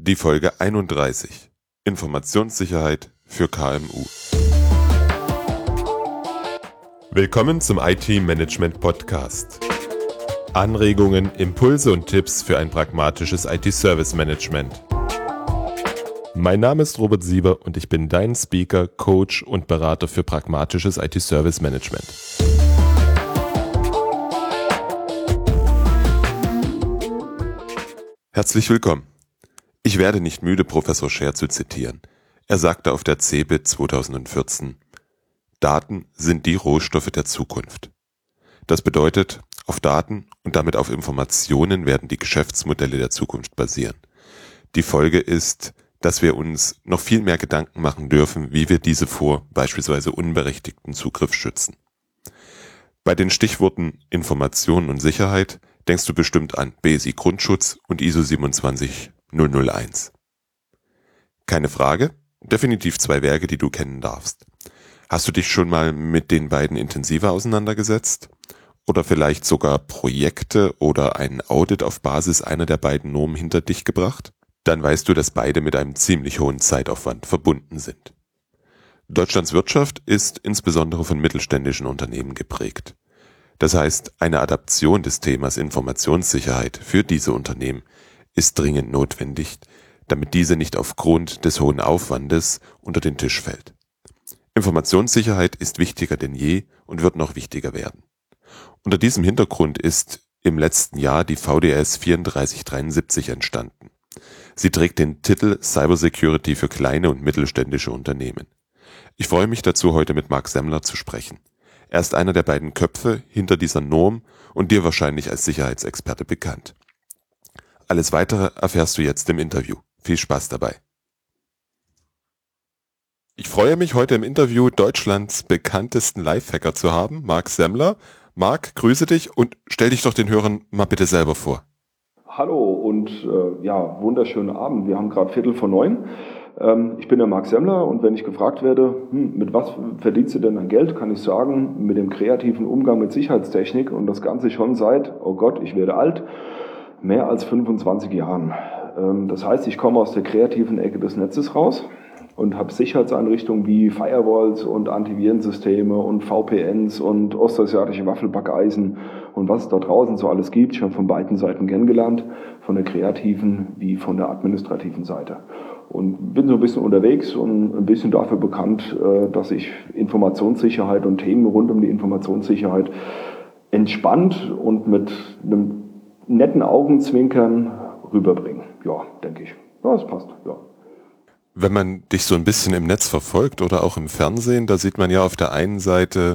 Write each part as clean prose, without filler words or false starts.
Die Folge 31. Informationssicherheit für KMU. Willkommen zum IT-Management-Podcast. Anregungen, Impulse und Tipps für ein pragmatisches IT-Service-Management. Mein Name ist Robert Sieber und ich bin dein Speaker, Coach und Berater für pragmatisches IT-Service-Management. Herzlich willkommen. Ich werde nicht müde, Professor Scher zu zitieren. Er sagte auf der CeBIT 2014, Daten sind die Rohstoffe der Zukunft. Das bedeutet, auf Daten und damit auf Informationen werden die Geschäftsmodelle der Zukunft basieren. Die Folge ist, dass wir uns noch viel mehr Gedanken machen dürfen, wie wir diese vor beispielsweise unberechtigten Zugriff schützen. Bei den Stichworten Information und Sicherheit denkst du bestimmt an BSI Grundschutz und ISO 27001. Keine Frage, definitiv zwei Werke, die du kennen darfst. Hast du dich schon mal mit den beiden intensiver auseinandergesetzt? Oder vielleicht sogar Projekte oder ein Audit auf Basis einer der beiden Normen hinter dich gebracht? Dann weißt du, dass beide mit einem ziemlich hohen Zeitaufwand verbunden sind. Deutschlands Wirtschaft ist insbesondere von mittelständischen Unternehmen geprägt. Das heißt, eine Adaption des Themas Informationssicherheit für diese Unternehmen ist dringend notwendig, damit diese nicht aufgrund des hohen Aufwandes unter den Tisch fällt. Informationssicherheit ist wichtiger denn je und wird noch wichtiger werden. Unter diesem Hintergrund ist im letzten Jahr die VDS 3473 entstanden. Sie trägt den Titel Cybersecurity für kleine und mittelständische Unternehmen. Ich freue mich dazu, heute mit Marc Semmler zu sprechen. Er ist einer der beiden Köpfe hinter dieser Norm und dir wahrscheinlich als Sicherheitsexperte bekannt. Alles Weitere erfährst du jetzt im Interview. Viel Spaß dabei. Ich freue mich, heute im Interview Deutschlands bekanntesten Lifehacker zu haben, Marc Semmler. Marc, grüße dich und stell dich doch den Hörern mal bitte selber vor. Hallo und wunderschönen Abend. Wir haben gerade 8:45. Ich bin der Marc Semmler und wenn ich gefragt werde, mit was verdienst du denn dein Geld, kann ich sagen, mit dem kreativen Umgang mit Sicherheitstechnik und das Ganze schon seit, oh Gott, ich werde alt, mehr als 25 Jahren. Das heißt, ich komme aus der kreativen Ecke des Netzes raus und habe Sicherheitseinrichtungen wie Firewalls und Antivirensysteme und VPNs und ostasiatische Waffelbackeisen und was es da draußen so alles gibt, schon von beiden Seiten kennengelernt, von der kreativen wie von der administrativen Seite. Und bin so ein bisschen unterwegs und ein bisschen dafür bekannt, dass ich Informationssicherheit und Themen rund um die Informationssicherheit entspannt und mit einem netten Augenzwinkern rüberbringen. Ja, denke ich. Ja, das passt, ja. Wenn man dich so ein bisschen im Netz verfolgt oder auch im Fernsehen, da sieht man ja auf der einen Seite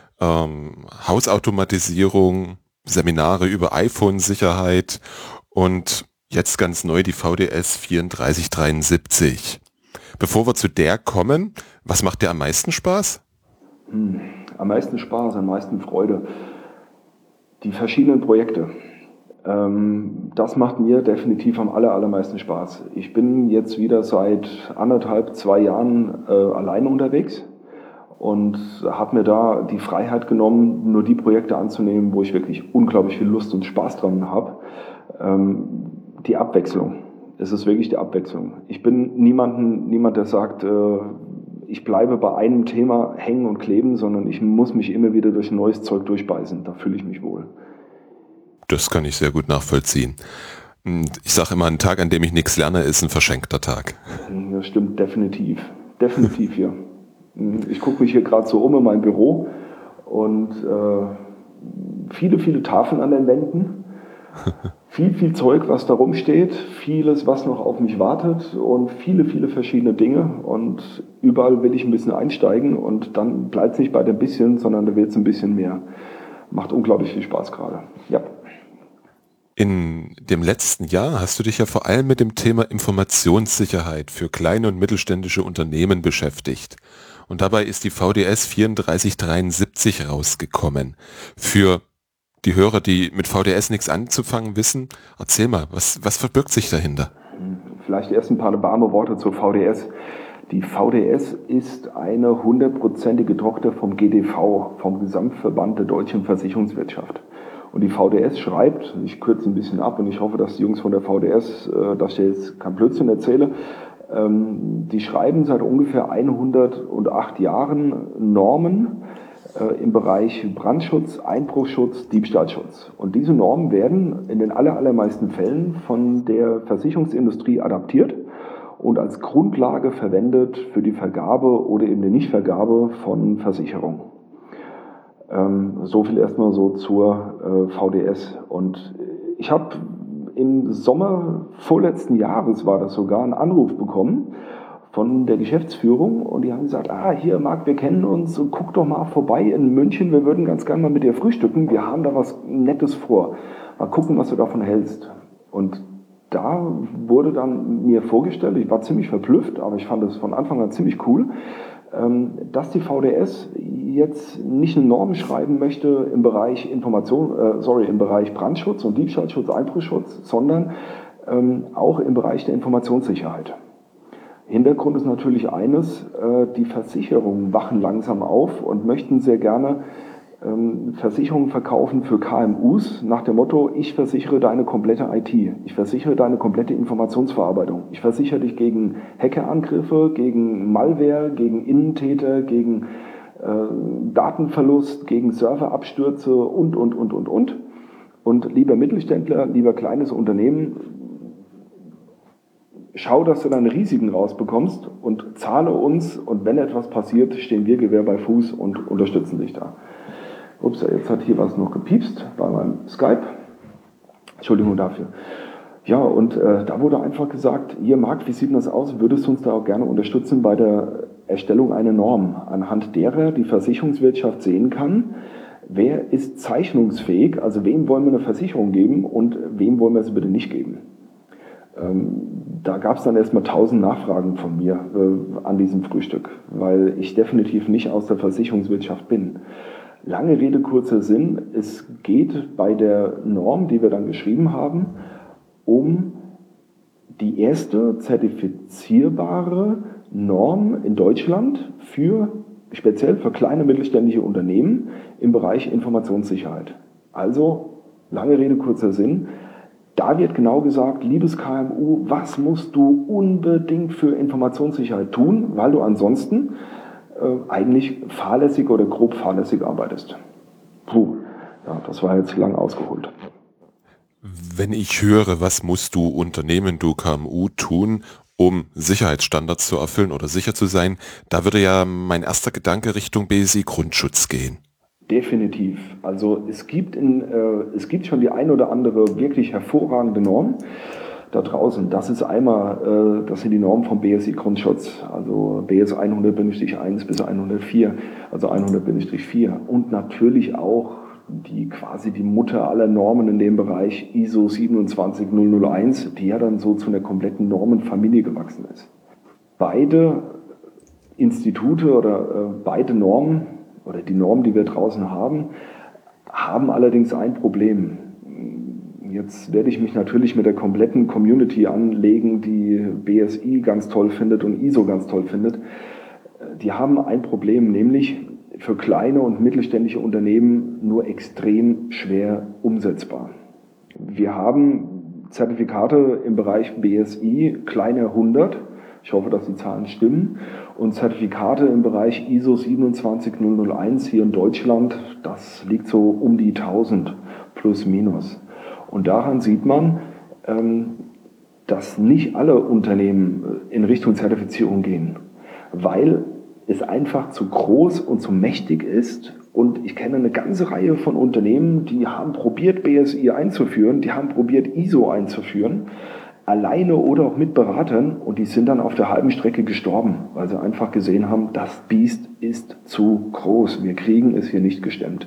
Hausautomatisierung, Seminare über iPhone-Sicherheit und jetzt ganz neu die VDS 3473. Bevor wir zu der kommen, was macht dir am meisten Spaß? Am meisten Spaß, am meisten Freude. Die verschiedenen Projekte. Das macht mir definitiv am allermeisten Spaß. Ich bin jetzt wieder seit 2 Jahren alleine unterwegs und habe mir da die Freiheit genommen, nur die Projekte anzunehmen, wo ich wirklich unglaublich viel Lust und Spaß dran habe. Die Abwechslung. Es ist wirklich die Abwechslung. Ich bin niemand, der sagt, ich bleibe bei einem Thema hängen und kleben, sondern ich muss mich immer wieder durch neues Zeug durchbeißen. Da fühle ich mich wohl. Das kann ich sehr gut nachvollziehen. Ich sage immer, ein Tag, an dem ich nichts lerne, ist ein verschenkter Tag. Das stimmt definitiv. Definitiv, ja. Ich gucke mich hier gerade so um in meinem Büro und viele Tafeln an den Wänden. Viel Zeug, was da rumsteht, vieles, was noch auf mich wartet und viele verschiedene Dinge und überall will ich ein bisschen einsteigen und dann bleibt es nicht bei dem bisschen, sondern da wird es ein bisschen mehr. Macht unglaublich viel Spaß gerade. Ja. In dem letzten Jahr hast du dich ja vor allem mit dem Thema Informationssicherheit für kleine und mittelständische Unternehmen beschäftigt. Und dabei ist die VDS 3473 rausgekommen. Für die Hörer, die mit VDS nichts anzufangen wissen, erzähl mal, was verbirgt sich dahinter? Vielleicht erst ein paar warme Worte zur VDS. Die VDS ist eine 100%ige Tochter vom GDV, vom Gesamtverband der deutschen Versicherungswirtschaft. Und die VDS schreibt, ich kürze ein bisschen ab und ich hoffe, dass die Jungs von der VDS, dass ich jetzt kein Blödsinn erzähle, die schreiben seit ungefähr 108 Jahren Normen im Bereich Brandschutz, Einbruchschutz, Diebstahlschutz. Und diese Normen werden in den allermeisten Fällen von der Versicherungsindustrie adaptiert und als Grundlage verwendet für die Vergabe oder eben die Nichtvergabe von Versicherungen. So viel erstmal so zur VDS. Und ich habe im Sommer vorletzten Jahres war das sogar einen Anruf bekommen von der Geschäftsführung und die haben gesagt, hier Marc, wir kennen uns, guck doch mal vorbei in München, wir würden ganz gerne mal mit dir frühstücken, wir haben da was Nettes vor. Mal gucken, was du davon hältst. Und da wurde dann mir vorgestellt, ich war ziemlich verblüfft, aber ich fand es von Anfang an ziemlich cool, dass die VDS jetzt nicht eine Norm schreiben möchte im Bereich im Bereich Brandschutz und Diebstahlschutz, Einbruchschutz, sondern auch im Bereich der Informationssicherheit. Hintergrund ist natürlich eines, die Versicherungen wachen langsam auf und möchten sehr gerne Versicherungen verkaufen für KMUs nach dem Motto, ich versichere deine komplette IT, ich versichere deine komplette Informationsverarbeitung, ich versichere dich gegen Hackerangriffe, gegen Malware, gegen Innentäter, gegen Datenverlust, gegen Serverabstürze und. Und lieber Mittelständler, lieber kleines Unternehmen, schau, dass du deine Risiken rausbekommst und zahle uns und wenn etwas passiert, stehen wir Gewehr bei Fuß und unterstützen dich da. Ups, jetzt hat hier was noch gepiepst bei meinem Skype. Entschuldigung dafür. Ja, und da wurde einfach gesagt, hier Marc, wie sieht denn das aus? Würdest du uns da auch gerne unterstützen bei der Erstellung einer Norm, anhand derer die Versicherungswirtschaft sehen kann, wer ist zeichnungsfähig, also wem wollen wir eine Versicherung geben und wem wollen wir sie bitte nicht geben. Da gab es dann erstmal 1000 Nachfragen von mir an diesem Frühstück, weil ich definitiv nicht aus der Versicherungswirtschaft bin. Lange Rede, kurzer Sinn, es geht bei der Norm, die wir dann geschrieben haben, um die erste zertifizierbare Norm in Deutschland speziell für kleine mittelständische Unternehmen im Bereich Informationssicherheit. Also, lange Rede, kurzer Sinn, da wird genau gesagt, liebes KMU, was musst du unbedingt für Informationssicherheit tun, weil du ansonsten eigentlich fahrlässig oder grob fahrlässig arbeitest. Ja, das war jetzt lang ausgeholt. Wenn ich höre, was musst du Unternehmen, du KMU tun, um Sicherheitsstandards zu erfüllen oder sicher zu sein, da würde ja mein erster Gedanke Richtung BSI Grundschutz gehen. Definitiv. Also es gibt schon die ein oder andere wirklich hervorragende Norm da draußen. Das ist einmal, das sind die Normen vom BSI Grundschutz, also BS 100-1 bis 104, also 100-4 und natürlich auch quasi die Mutter aller Normen in dem Bereich ISO 27001, die ja dann so zu einer kompletten Normenfamilie gewachsen ist. Beide Institute oder beide Normen oder die Normen, die wir draußen haben allerdings ein Problem. Jetzt werde ich mich natürlich mit der kompletten Community anlegen, die BSI ganz toll findet und ISO ganz toll findet. Die haben ein Problem, nämlich für kleine und mittelständische Unternehmen nur extrem schwer umsetzbar. Wir haben Zertifikate im Bereich BSI, kleine 100, ich hoffe, dass die Zahlen stimmen, und Zertifikate im Bereich ISO 27001 hier in Deutschland, das liegt so um die 1000 plus minus. Und daran sieht man, dass nicht alle Unternehmen in Richtung Zertifizierung gehen, weil es einfach zu groß und zu mächtig ist. Und ich kenne eine ganze Reihe von Unternehmen, die haben probiert, BSI einzuführen, die haben probiert, ISO einzuführen, alleine oder auch mit Beratern, und die sind dann auf der halben Strecke gestorben, weil sie einfach gesehen haben, das Biest ist zu groß, wir kriegen es hier nicht gestemmt.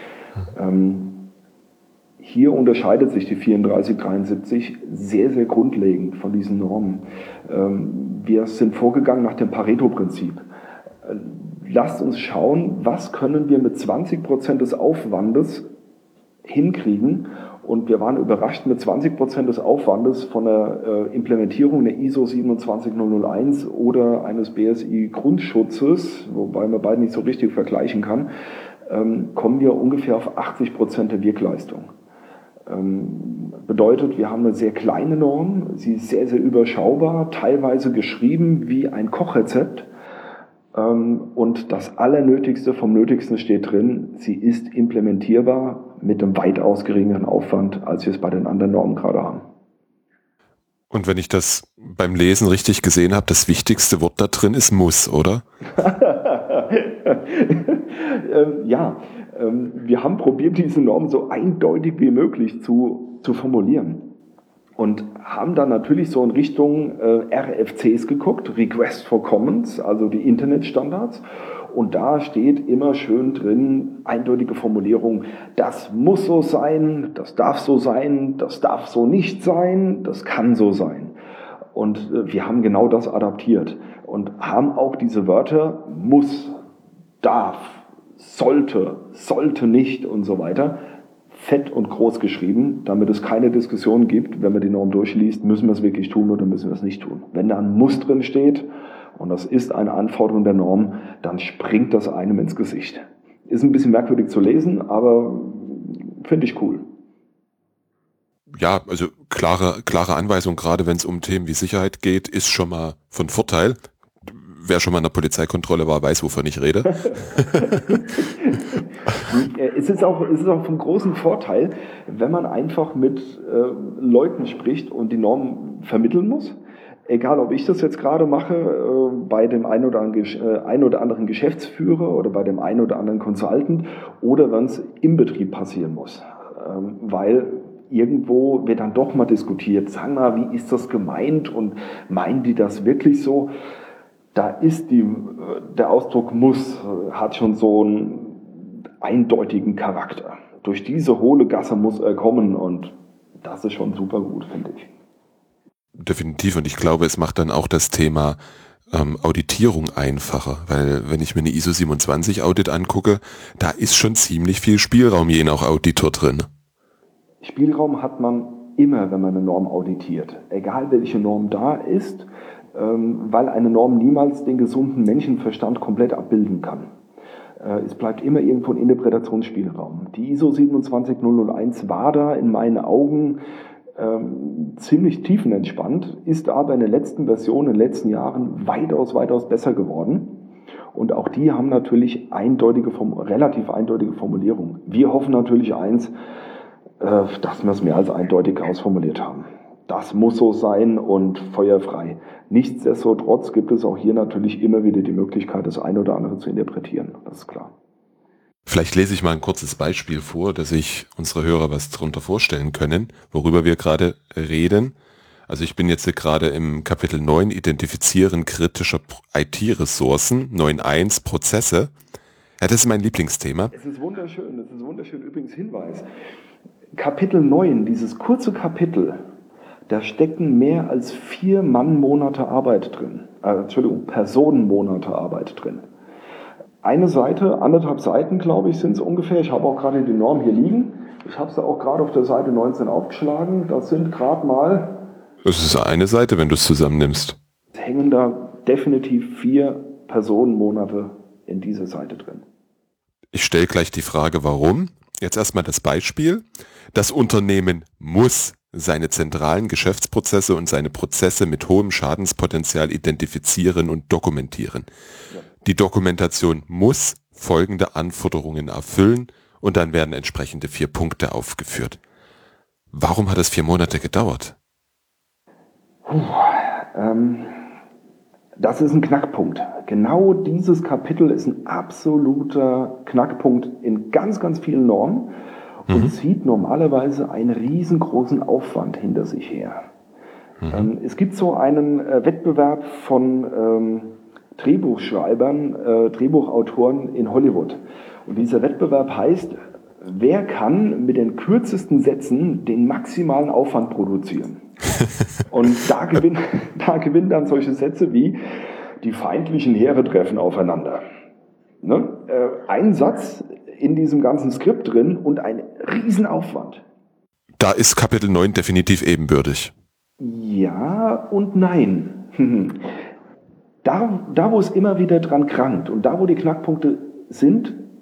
Hier unterscheidet sich die 3473 sehr, sehr grundlegend von diesen Normen. Wir sind vorgegangen nach dem Pareto-Prinzip. Lasst uns schauen, was können wir mit 20% des Aufwandes hinkriegen. Und wir waren überrascht mit 20% des Aufwandes von der Implementierung der ISO 27001 oder eines BSI Grundschutzes, wobei man beide nicht so richtig vergleichen kann, kommen wir ungefähr auf 80% der Wirkleistung. Bedeutet, wir haben eine sehr kleine Norm, sie ist sehr, sehr überschaubar, teilweise geschrieben wie ein Kochrezept. Und das Allernötigste vom Nötigsten steht drin, sie ist implementierbar mit einem weitaus geringeren Aufwand, als wir es bei den anderen Normen gerade haben. Und wenn ich das beim Lesen richtig gesehen habe, das wichtigste Wort da drin ist muss, oder? Ja, wir haben probiert, diese Norm so eindeutig wie möglich zu formulieren. Und haben dann natürlich so in Richtung RFCs geguckt, Request for Commons, also die Internetstandards. Und da steht immer schön drin, eindeutige Formulierung, das muss so sein, das darf so nicht sein, das kann so sein. Und wir haben genau das adaptiert und haben auch diese Wörter muss, darf, sollte nicht und so weiter fett und groß geschrieben, damit es keine Diskussion gibt, wenn man die Norm durchliest, müssen wir es wirklich tun oder müssen wir es nicht tun. Wenn da ein Muss drin steht, und das ist eine Anforderung der Norm, dann springt das einem ins Gesicht. Ist ein bisschen merkwürdig zu lesen, aber finde ich cool. Ja, also klare Anweisung, gerade wenn es um Themen wie Sicherheit geht, ist schon mal von Vorteil. Wer schon mal in der Polizeikontrolle war, weiß, wovon ich rede. Es ist auch von großem Vorteil, wenn man einfach mit Leuten spricht und die Norm vermitteln muss. Egal, ob ich das jetzt gerade mache, bei dem ein oder anderen Geschäftsführer oder bei dem einen oder anderen Consultant oder wenn es im Betrieb passieren muss. Weil irgendwo wird dann doch mal diskutiert, sag mal, wie ist das gemeint und meinen die das wirklich so? Da ist der Ausdruck muss, hat schon so einen eindeutigen Charakter. Durch diese hohle Gasse muss er kommen und das ist schon super gut, finde ich. Definitiv, und ich glaube, es macht dann auch das Thema Auditierung einfacher, weil wenn ich mir eine ISO 27 Audit angucke, da ist schon ziemlich viel Spielraum je nach Auditor drin. Spielraum hat man immer, wenn man eine Norm auditiert, egal welche Norm da ist, weil eine Norm niemals den gesunden Menschenverstand komplett abbilden kann. Es bleibt immer irgendwo ein Interpretationsspielraum. Die ISO 27001 war da in meinen Augen ziemlich tiefenentspannt, ist aber in der letzten Version, in den letzten Jahren weitaus besser geworden. Und auch die haben natürlich relativ eindeutige Formulierungen. Wir hoffen natürlich eins, dass wir es mehr als eindeutig ausformuliert haben. Das muss so sein und feuerfrei. Nichtsdestotrotz gibt es auch hier natürlich immer wieder die Möglichkeit, das eine oder andere zu interpretieren. Das ist klar. Vielleicht lese ich mal ein kurzes Beispiel vor, dass sich unsere Hörer was darunter vorstellen können, worüber wir gerade reden. Also ich bin jetzt gerade im Kapitel 9, Identifizieren kritischer IT-Ressourcen, 9.1 Prozesse. Ja, das ist mein Lieblingsthema. Es ist wunderschön, übrigens Hinweis. Kapitel 9, dieses kurze Kapitel, da stecken mehr als 4 Mannmonate Arbeit drin. Personenmonate Arbeit drin. Eine Seite, 1,5 Seiten, glaube ich, sind es ungefähr. Ich habe auch gerade die Norm hier liegen. Ich habe sie auch gerade auf der Seite 19 aufgeschlagen. Das sind gerade mal... Das ist eine Seite, wenn du es zusammennimmst. Es hängen da definitiv 4 Personenmonate in dieser Seite drin. Ich stelle gleich die Frage, warum. Jetzt erstmal das Beispiel. Das Unternehmen muss seine zentralen Geschäftsprozesse und seine Prozesse mit hohem Schadenspotenzial identifizieren und dokumentieren. Ja. Die Dokumentation muss folgende Anforderungen erfüllen und dann werden entsprechende 4 Punkte aufgeführt. Warum hat es 4 Monate gedauert? Das ist ein Knackpunkt. Genau dieses Kapitel ist ein absoluter Knackpunkt in ganz vielen Normen und zieht normalerweise einen riesengroßen Aufwand hinter sich her. Es gibt so einen Wettbewerb von Drehbuchschreibern, Drehbuchautoren in Hollywood. Und dieser Wettbewerb heißt, wer kann mit den kürzesten Sätzen den maximalen Aufwand produzieren? Und da gewinnen dann solche Sätze wie, die feindlichen Heere treffen aufeinander. Ne? Ein Satz in diesem ganzen Skript drin und ein Riesenaufwand. Da ist Kapitel 9 definitiv ebenbürtig. Ja und nein. Da, wo es immer wieder dran krankt und da, wo die Knackpunkte sind,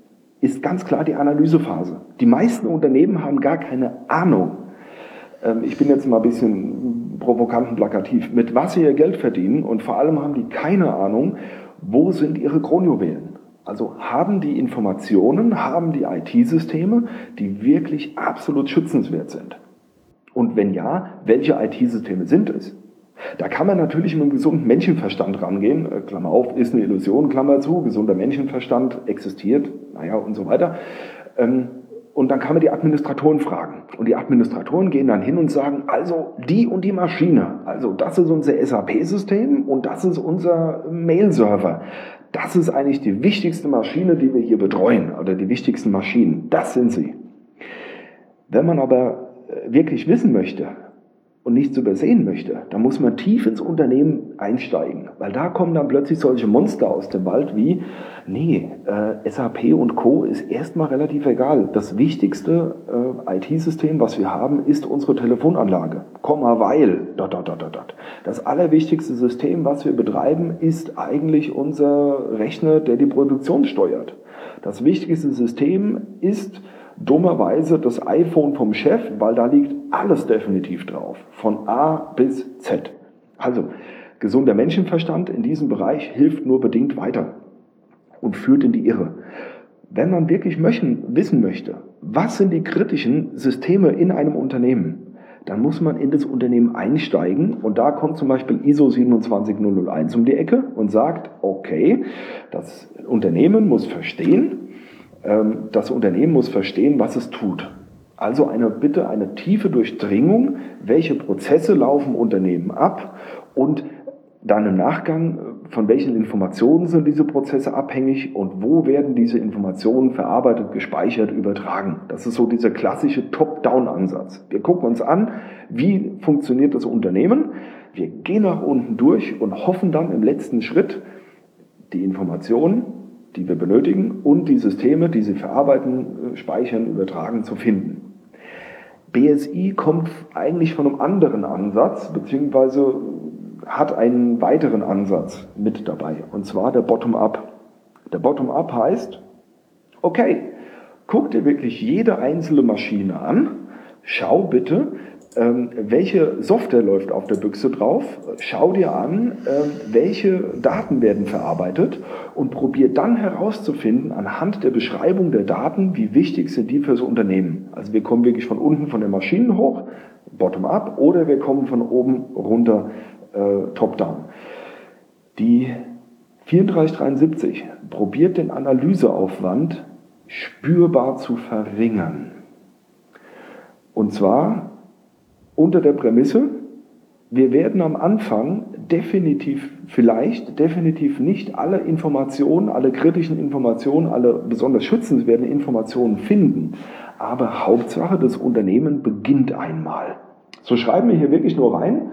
ist ganz klar die Analysephase. Die meisten Unternehmen haben gar keine Ahnung. Ich bin jetzt mal ein bisschen provokant und plakativ, mit was sie ihr Geld verdienen, und vor allem haben die keine Ahnung, wo sind ihre Kronjuwelen. Also haben die Informationen, haben die IT-Systeme, die wirklich absolut schützenswert sind. Und wenn ja, welche IT-Systeme sind es? Da kann man natürlich mit einem gesunden Menschenverstand rangehen, Klammer auf, ist eine Illusion, Klammer zu, gesunder Menschenverstand existiert, naja und so weiter. Und dann kann man die Administratoren fragen. Und die Administratoren gehen dann hin und sagen, also die und die Maschine, also das ist unser SAP-System und das ist unser Mail-Server. Das ist eigentlich die wichtigste Maschine, die wir hier betreuen, oder die wichtigsten Maschinen. Das sind sie. Wenn man aber wirklich wissen möchte und nichts übersehen möchte, dann muss man tief ins Unternehmen einsteigen, weil da kommen dann plötzlich solche Monster aus dem Wald wie, SAP und Co. ist erstmal relativ egal. Das wichtigste IT-System, was wir haben, ist unsere Telefonanlage, weil, Das allerwichtigste System, was wir betreiben, ist eigentlich unser Rechner, der die Produktion steuert. Das wichtigste System ist dummerweise das iPhone vom Chef, weil da liegt alles definitiv drauf, von A bis Z. Also, gesunder Menschenverstand in diesem Bereich hilft nur bedingt weiter und führt in die Irre. Wenn man wirklich wissen möchte, was sind die kritischen Systeme in einem Unternehmen, dann muss man in das Unternehmen einsteigen, und da kommt zum Beispiel ISO 27001 um die Ecke und sagt, okay, das Unternehmen muss verstehen, was es tut. Also eine tiefe Durchdringung, welche Prozesse laufen im Unternehmen ab und dann im Nachgang, von welchen Informationen sind diese Prozesse abhängig und wo werden diese Informationen verarbeitet, gespeichert, übertragen. Das ist so dieser klassische Top-Down-Ansatz. Wir gucken uns an, wie funktioniert das Unternehmen, wir gehen nach unten durch und hoffen dann im letzten Schritt, die Informationen, die wir benötigen, und die Systeme, die sie verarbeiten, speichern, übertragen, zu finden. BSI kommt eigentlich von einem anderen Ansatz, beziehungsweise hat einen weiteren Ansatz mit dabei, und zwar der Bottom-up. Der Bottom-up heißt, okay, guck dir wirklich jede einzelne Maschine an, schau bitte, welche Software läuft auf der Büchse drauf, schau dir an, welche Daten werden verarbeitet, und probier dann herauszufinden, anhand der Beschreibung der Daten, wie wichtig sind die für das Unternehmen. Also wir kommen wirklich von unten von den Maschinen hoch, Bottom-up, oder wir kommen von oben runter, Top-down. Die 3473 probiert den Analyseaufwand spürbar zu verringern. Und zwar unter der Prämisse, wir werden am Anfang definitiv nicht alle Informationen, alle kritischen Informationen, alle besonders schützenswerten Informationen finden. Aber Hauptsache, das Unternehmen beginnt einmal. So schreiben wir hier wirklich nur rein,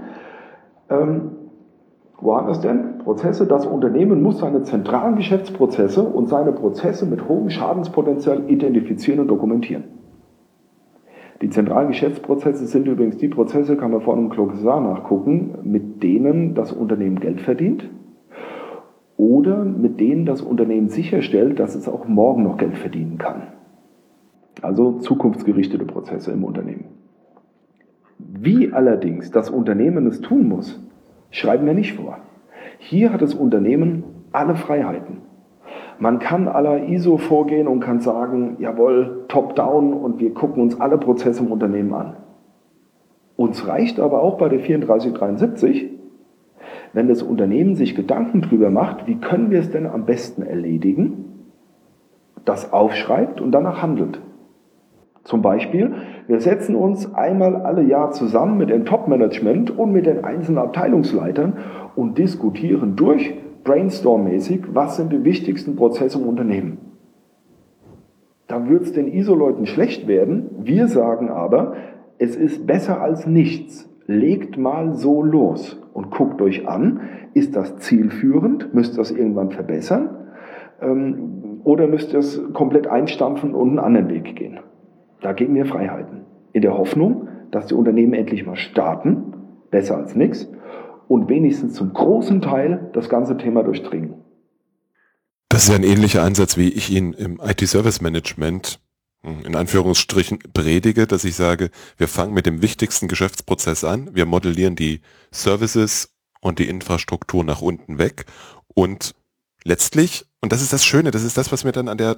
wo haben wir es denn? Prozesse. Das Unternehmen muss seine zentralen Geschäftsprozesse und seine Prozesse mit hohem Schadenspotenzial identifizieren und dokumentieren. Die zentralen Geschäftsprozesse sind übrigens die Prozesse, kann man vor einem Glossar nachgucken, mit denen das Unternehmen Geld verdient oder mit denen das Unternehmen sicherstellt, dass es auch morgen noch Geld verdienen kann. Also zukunftsgerichtete Prozesse im Unternehmen. Wie allerdings das Unternehmen es tun muss, schreiben wir nicht vor. Hier hat das Unternehmen alle Freiheiten. Man kann à la ISO vorgehen und kann sagen, jawohl, top-down, und wir gucken uns alle Prozesse im Unternehmen an. Uns reicht aber auch bei der 3473, wenn das Unternehmen sich Gedanken drüber macht, wie können wir es denn am besten erledigen, das aufschreibt und danach handelt. Zum Beispiel, wir setzen uns einmal alle Jahr zusammen mit dem Top-Management und mit den einzelnen Abteilungsleitern und diskutieren durch, brainstorm-mäßig, was sind die wichtigsten Prozesse im Unternehmen. Da wird es den ISO-Leuten schlecht werden. Wir sagen aber, es ist besser als nichts. Legt mal so los und guckt euch an, ist das zielführend? Müsst ihr das irgendwann verbessern? Oder müsst ihr es komplett einstampfen und einen anderen Weg gehen? Da geben wir Freiheiten. In der Hoffnung, dass die Unternehmen endlich mal starten, besser als nichts, und wenigstens zum großen Teil das ganze Thema durchdringen. Das ist ja ein ähnlicher Ansatz, wie ich ihn im IT-Service-Management in Anführungsstrichen predige, dass ich sage, wir fangen mit dem wichtigsten Geschäftsprozess an, wir modellieren die Services und die Infrastruktur nach unten weg und letztlich, und das ist das Schöne, das ist das, was mir dann an der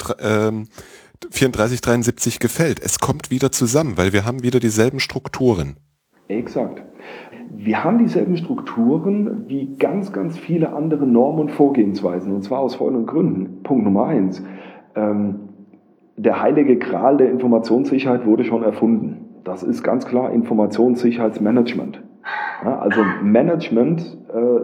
3473 gefällt, es kommt wieder zusammen, weil wir haben wieder dieselben Strukturen. Exakt. Wir haben dieselben Strukturen wie ganz, ganz viele andere Normen und Vorgehensweisen, und zwar aus folgenden Gründen. Punkt Nummer 1. Der heilige Gral der Informationssicherheit wurde schon erfunden. Das ist ganz klar Informationssicherheitsmanagement. Ja, also Management,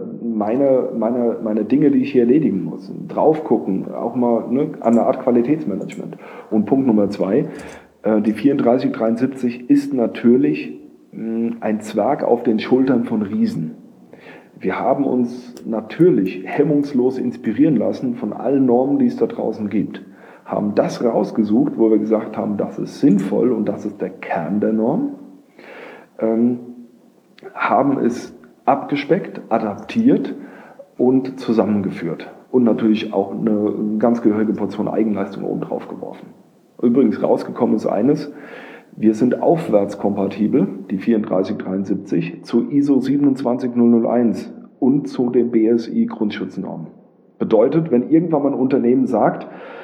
meine Dinge, die ich hier erledigen muss. Drauf gucken, auch mal an eine Art Qualitätsmanagement. Und Punkt Nummer 2, die 3473 ist natürlich ein Zwerg auf den Schultern von Riesen. Wir haben uns natürlich hemmungslos inspirieren lassen von allen Normen, die es da draußen gibt. Haben das rausgesucht, wo wir gesagt haben, das ist sinnvoll und das ist der Kern der Norm. Haben es abgespeckt, adaptiert und zusammengeführt. Und natürlich auch eine ganz gehörige Portion Eigenleistung oben drauf geworfen. Übrigens rausgekommen ist eines: Wir sind aufwärtskompatibel, die 3473, zu ISO 27001 und zu den BSI Grundschutznormen. Bedeutet, wenn irgendwann mal ein Unternehmen sagt,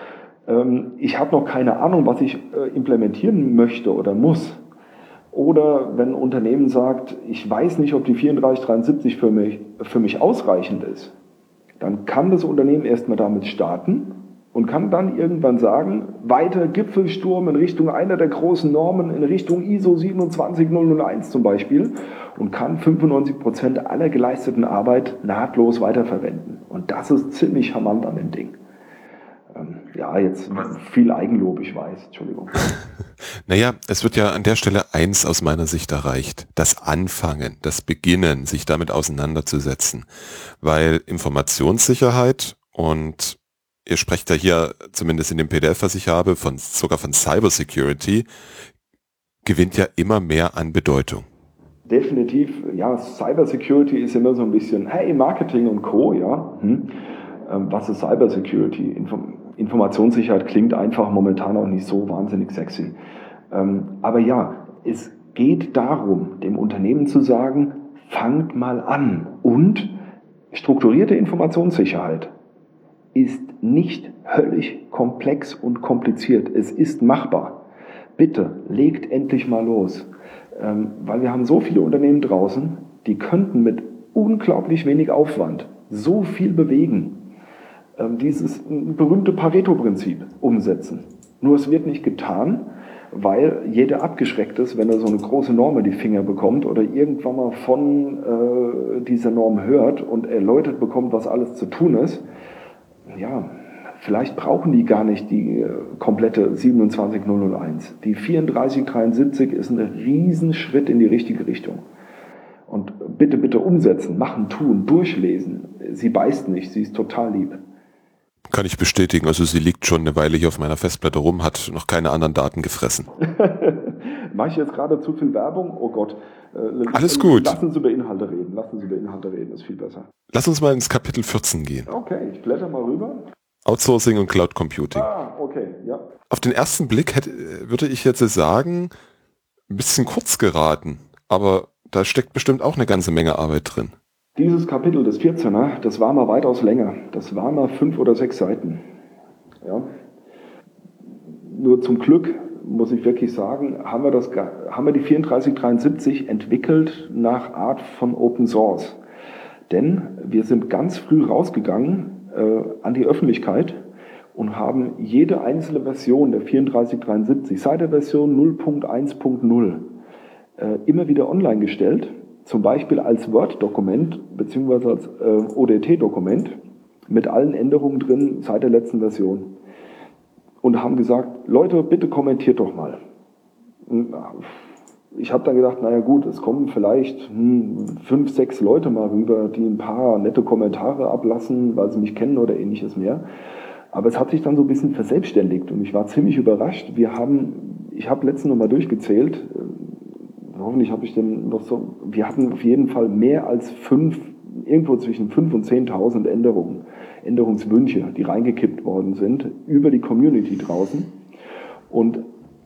ich habe noch keine Ahnung, was ich implementieren möchte oder muss, oder wenn ein Unternehmen sagt, ich weiß nicht, ob die 3473 für mich ausreichend ist, dann kann das Unternehmen erstmal damit starten und kann dann irgendwann sagen, weiter Gipfelsturm in Richtung einer der großen Normen, in Richtung ISO 27001 zum Beispiel, und kann 95% aller geleisteten Arbeit nahtlos weiterverwenden. Und das ist ziemlich charmant an dem Ding. Ja, jetzt viel Eigenlob, ich weiß, Entschuldigung. Naja, es wird ja an der Stelle eins aus meiner Sicht erreicht: das Anfangen, das Beginnen, sich damit auseinanderzusetzen. Weil Informationssicherheit, und ihr sprecht ja hier, zumindest in dem PDF, was ich habe, sogar von Cybersecurity, gewinnt ja immer mehr an Bedeutung. Definitiv, ja, Cybersecurity ist immer so ein bisschen, hey, Marketing und Co., ja. Was ist Cybersecurity? Informationssicherheit klingt einfach momentan auch nicht so wahnsinnig sexy. Aber ja, es geht darum, dem Unternehmen zu sagen, fangt mal an. Und strukturierte Informationssicherheit ist nicht höllisch komplex und kompliziert. Es ist machbar. Bitte, legt endlich mal los. Weil wir haben so viele Unternehmen draußen, die könnten mit unglaublich wenig Aufwand so viel bewegen. Dieses berühmte Pareto-Prinzip umsetzen. Nur es wird nicht getan, weil jeder abgeschreckt ist, wenn er so eine große Norm in die Finger bekommt oder irgendwann mal von dieser Norm hört und erläutert bekommt, was alles zu tun ist. Ja, vielleicht brauchen die gar nicht die komplette 27001. Die 3473 ist ein Riesenschritt in die richtige Richtung. Und bitte, bitte umsetzen, machen, tun, durchlesen. Sie beißt nicht, sie ist total lieb. Kann ich bestätigen, also sie liegt schon eine Weile hier auf meiner Festplatte rum, hat noch keine anderen Daten gefressen. Mache ich jetzt gerade zu viel Werbung? Oh Gott. Alles gut. Lassen Sie über Inhalte reden, ist viel besser. Lass uns mal ins Kapitel 14 gehen. Okay, ich blätter mal rüber. Outsourcing und Cloud Computing. Okay, ja. Auf den ersten Blick würde ich jetzt sagen, ein bisschen kurz geraten, aber da steckt bestimmt auch eine ganze Menge Arbeit drin. Dieses Kapitel des 14er, das war mal weitaus länger. Das waren mal 5 oder 6 Seiten. Ja. Nur zum Glück, muss ich wirklich sagen, haben wir die 3473 entwickelt nach Art von Open Source. Denn wir sind ganz früh rausgegangen an die Öffentlichkeit und haben jede einzelne Version der 3473, seit der Version 0.1.0, immer wieder online gestellt. Zum Beispiel als Word-Dokument bzw. als ODT-Dokument mit allen Änderungen drin seit der letzten Version. Und haben gesagt, Leute, bitte kommentiert doch mal. Ich habe dann gedacht, naja gut, es kommen vielleicht 5, 6 Leute mal rüber, die ein paar nette Kommentare ablassen, weil sie mich kennen oder ähnliches mehr. Aber es hat sich dann so ein bisschen verselbstständigt und ich war ziemlich überrascht. Ich habe letztens noch mal durchgezählt, hoffentlich habe ich den noch so, wir hatten auf jeden Fall mehr als 5 irgendwo zwischen 5.000 und 10.000 Änderungswünsche, die reingekippt worden sind, über die Community draußen. Und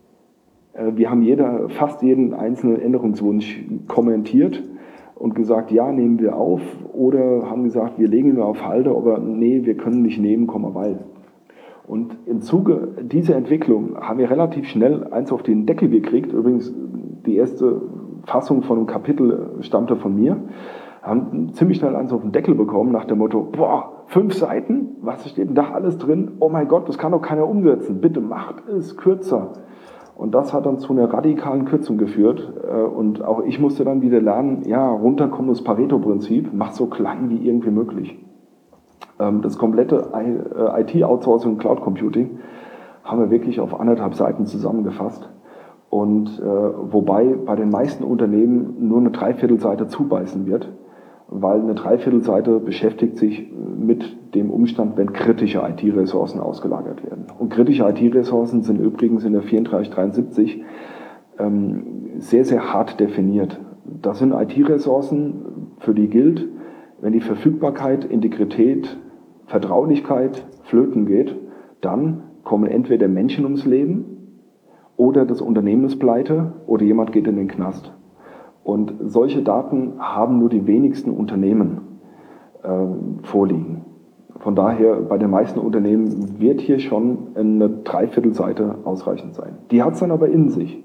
wir haben fast jeden einzelnen Änderungswunsch kommentiert und gesagt, ja, nehmen wir auf, oder haben gesagt, wir legen ihn auf Halde, aber nee, wir können nicht nehmen, weil. Und im Zuge dieser Entwicklung haben wir relativ schnell eins auf den Deckel gekriegt. Übrigens, die erste Fassung von einem Kapitel stammte von mir. Haben ziemlich schnell eins auf den Deckel bekommen nach dem Motto, 5 Seiten, was steht denn da alles drin? Oh mein Gott, das kann doch keiner umsetzen. Bitte macht es kürzer. Und das hat dann zu einer radikalen Kürzung geführt. Und auch ich musste dann wieder lernen, ja, runterkommen das Pareto-Prinzip, mach so klein wie irgendwie möglich. Das komplette IT-Outsourcing und Cloud Computing haben wir wirklich auf 1,5 Seiten zusammengefasst. Und wobei bei den meisten Unternehmen nur eine Dreiviertelseite zubeißen wird, weil eine Dreiviertelseite beschäftigt sich mit dem Umstand, wenn kritische IT-Ressourcen ausgelagert werden. Und kritische IT-Ressourcen sind übrigens in der 3473 sehr, sehr hart definiert. Das sind IT-Ressourcen, für die gilt, wenn die Verfügbarkeit, Integrität, Vertraulichkeit flöten geht, dann kommen entweder Menschen ums Leben oder das Unternehmen ist pleite oder jemand geht in den Knast. Und solche Daten haben nur die wenigsten Unternehmen vorliegen. Von daher, bei den meisten Unternehmen wird hier schon eine Dreiviertelseite ausreichend sein. Die hat es dann aber in sich.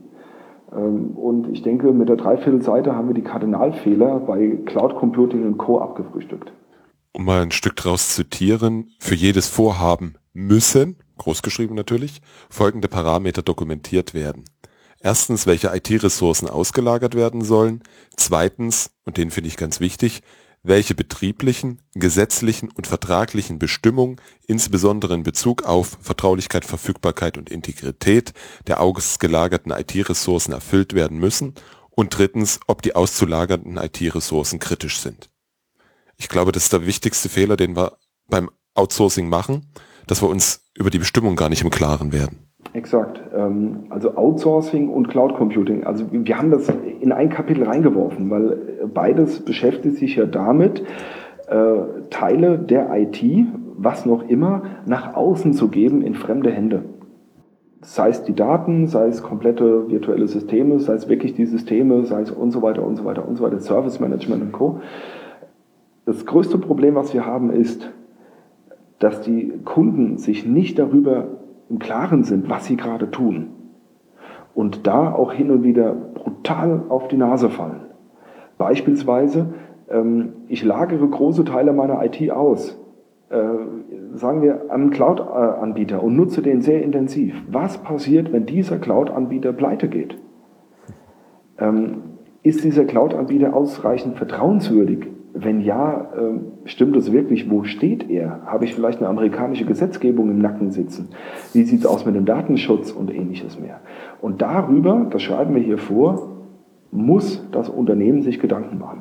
Und ich denke, mit der Dreiviertelseite haben wir die Kardinalfehler bei Cloud Computing und Co. abgefrühstückt. Um mal ein Stück draus zu zitieren, für jedes Vorhaben müssen, großgeschrieben natürlich, folgende Parameter dokumentiert werden. Erstens, welche IT-Ressourcen ausgelagert werden sollen. Zweitens, und den finde ich ganz wichtig, welche betrieblichen, gesetzlichen und vertraglichen Bestimmungen, insbesondere in Bezug auf Vertraulichkeit, Verfügbarkeit und Integrität der ausgelagerten IT-Ressourcen erfüllt werden müssen. Und drittens, ob die auszulagernden IT-Ressourcen kritisch sind. Ich glaube, das ist der wichtigste Fehler, den wir beim Outsourcing machen, dass wir uns über die Bestimmung gar nicht im Klaren werden. Exakt. Also Outsourcing und Cloud Computing. Also wir haben das in ein Kapitel reingeworfen, weil beides beschäftigt sich ja damit, Teile der IT, was noch immer, nach außen zu geben in fremde Hände. Sei es die Daten, sei es komplette virtuelle Systeme, sei es wirklich die Systeme, sei es und so weiter und so weiter und so weiter, Service Management und Co. Das größte Problem, was wir haben, ist, dass die Kunden sich nicht darüber im Klaren sind, was sie gerade tun. Und da auch hin und wieder brutal auf die Nase fallen. Beispielsweise, ich lagere große Teile meiner IT aus, sagen wir, an einen Cloud-Anbieter und nutze den sehr intensiv. Was passiert, wenn dieser Cloud-Anbieter pleite geht? Ist dieser Cloud-Anbieter ausreichend vertrauenswürdig? Wenn ja, stimmt es wirklich? Wo steht er? Habe ich vielleicht eine amerikanische Gesetzgebung im Nacken sitzen? Wie sieht es aus mit dem Datenschutz und ähnliches mehr? Und darüber, das schreiben wir hier vor, muss das Unternehmen sich Gedanken machen.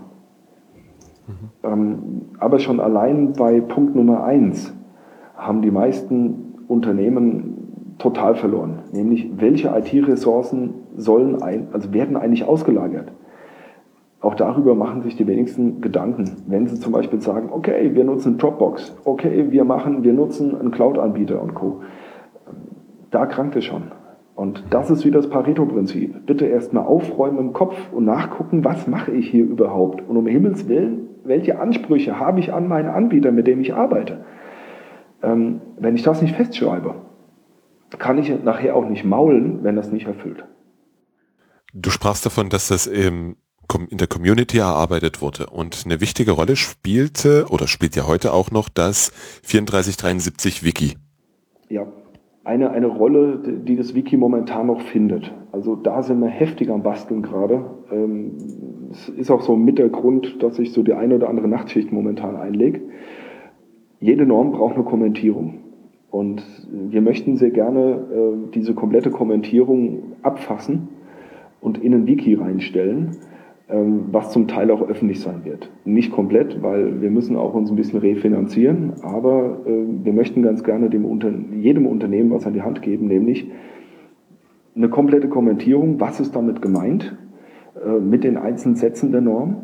Aber schon allein bei Punkt Nummer 1 haben die meisten Unternehmen total verloren. Nämlich, welche IT-Ressourcen werden eigentlich ausgelagert? Auch darüber machen sich die wenigsten Gedanken. Wenn sie zum Beispiel sagen, okay, wir nutzen Dropbox, okay, wir nutzen einen Cloud-Anbieter und Co. Da krankt es schon. Und das ist wieder das Pareto-Prinzip. Bitte erstmal aufräumen im Kopf und nachgucken, was mache ich hier überhaupt? Und um Himmels Willen, welche Ansprüche habe ich an meinen Anbieter, mit dem ich arbeite? Wenn ich das nicht festschreibe, kann ich nachher auch nicht maulen, wenn das nicht erfüllt. Du sprachst davon, dass das in der Community erarbeitet wurde und eine wichtige Rolle spielte oder spielt ja heute auch noch das 3473 Wiki. Ja, eine Rolle, die das Wiki momentan noch findet. Also da sind wir heftig am Basteln gerade. Es ist auch so mit der Grund, dass ich so die eine oder andere Nachtschicht momentan einlege. Jede Norm braucht eine Kommentierung. Und wir möchten sehr gerne diese komplette Kommentierung abfassen und in ein Wiki reinstellen, was zum Teil auch öffentlich sein wird. Nicht komplett, weil wir müssen auch uns ein bisschen refinanzieren, aber wir möchten ganz gerne jedem Unternehmen was an die Hand geben, nämlich eine komplette Kommentierung, was ist damit gemeint, mit den einzelnen Sätzen der Norm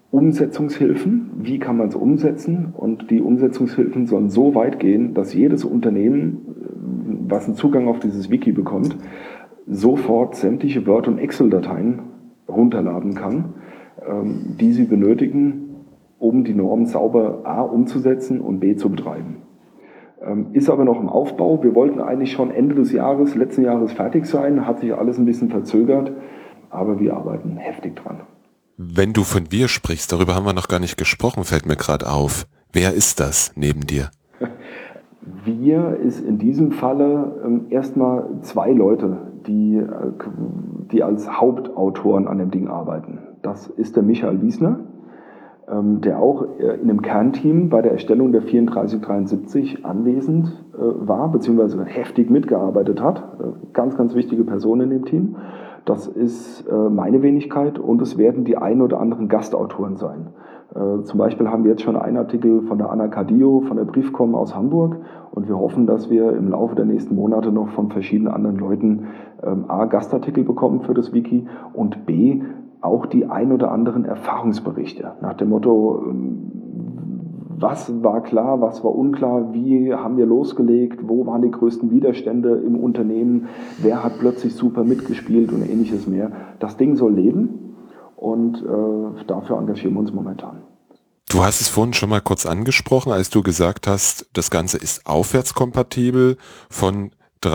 Umsetzungshilfen. Wie kann man es umsetzen? Und die Umsetzungshilfen sollen so weit gehen, dass jedes Unternehmen, was einen Zugang auf dieses Wiki bekommt, sofort sämtliche Word- und Excel-Dateien runterladen kann, die sie benötigen, um die Norm sauber A umzusetzen und B zu betreiben. Ist aber noch im Aufbau. Wir wollten eigentlich schon Ende des Jahres, letzten Jahres fertig sein, hat sich alles ein bisschen verzögert, aber wir arbeiten heftig dran. Wenn du von wir sprichst, darüber haben wir noch gar nicht gesprochen, fällt mir gerade auf. Wer ist das neben dir? Wir ist in diesem Falle erstmal 2 Leute, die als Hauptautoren an dem Ding arbeiten. Das ist der Michael Wiesner, der auch in einem Kernteam bei der Erstellung der 3473 anwesend war, beziehungsweise heftig mitgearbeitet hat. Ganz, ganz wichtige Person in dem Team. Das ist meine Wenigkeit und es werden die ein oder anderen Gastautoren sein. Zum Beispiel haben wir jetzt schon einen Artikel von der Anna Cadillo von der Briefcom aus Hamburg und wir hoffen, dass wir im Laufe der nächsten Monate noch von verschiedenen anderen Leuten A, Gastartikel bekommen für das Wiki und B, auch die ein oder anderen Erfahrungsberichte nach dem Motto, was war klar, was war unklar, wie haben wir losgelegt, wo waren die größten Widerstände im Unternehmen, wer hat plötzlich super mitgespielt und ähnliches mehr. Das Ding soll leben und dafür engagieren wir uns momentan. Du hast es vorhin schon mal kurz angesprochen, als du gesagt hast, das Ganze ist aufwärtskompatibel von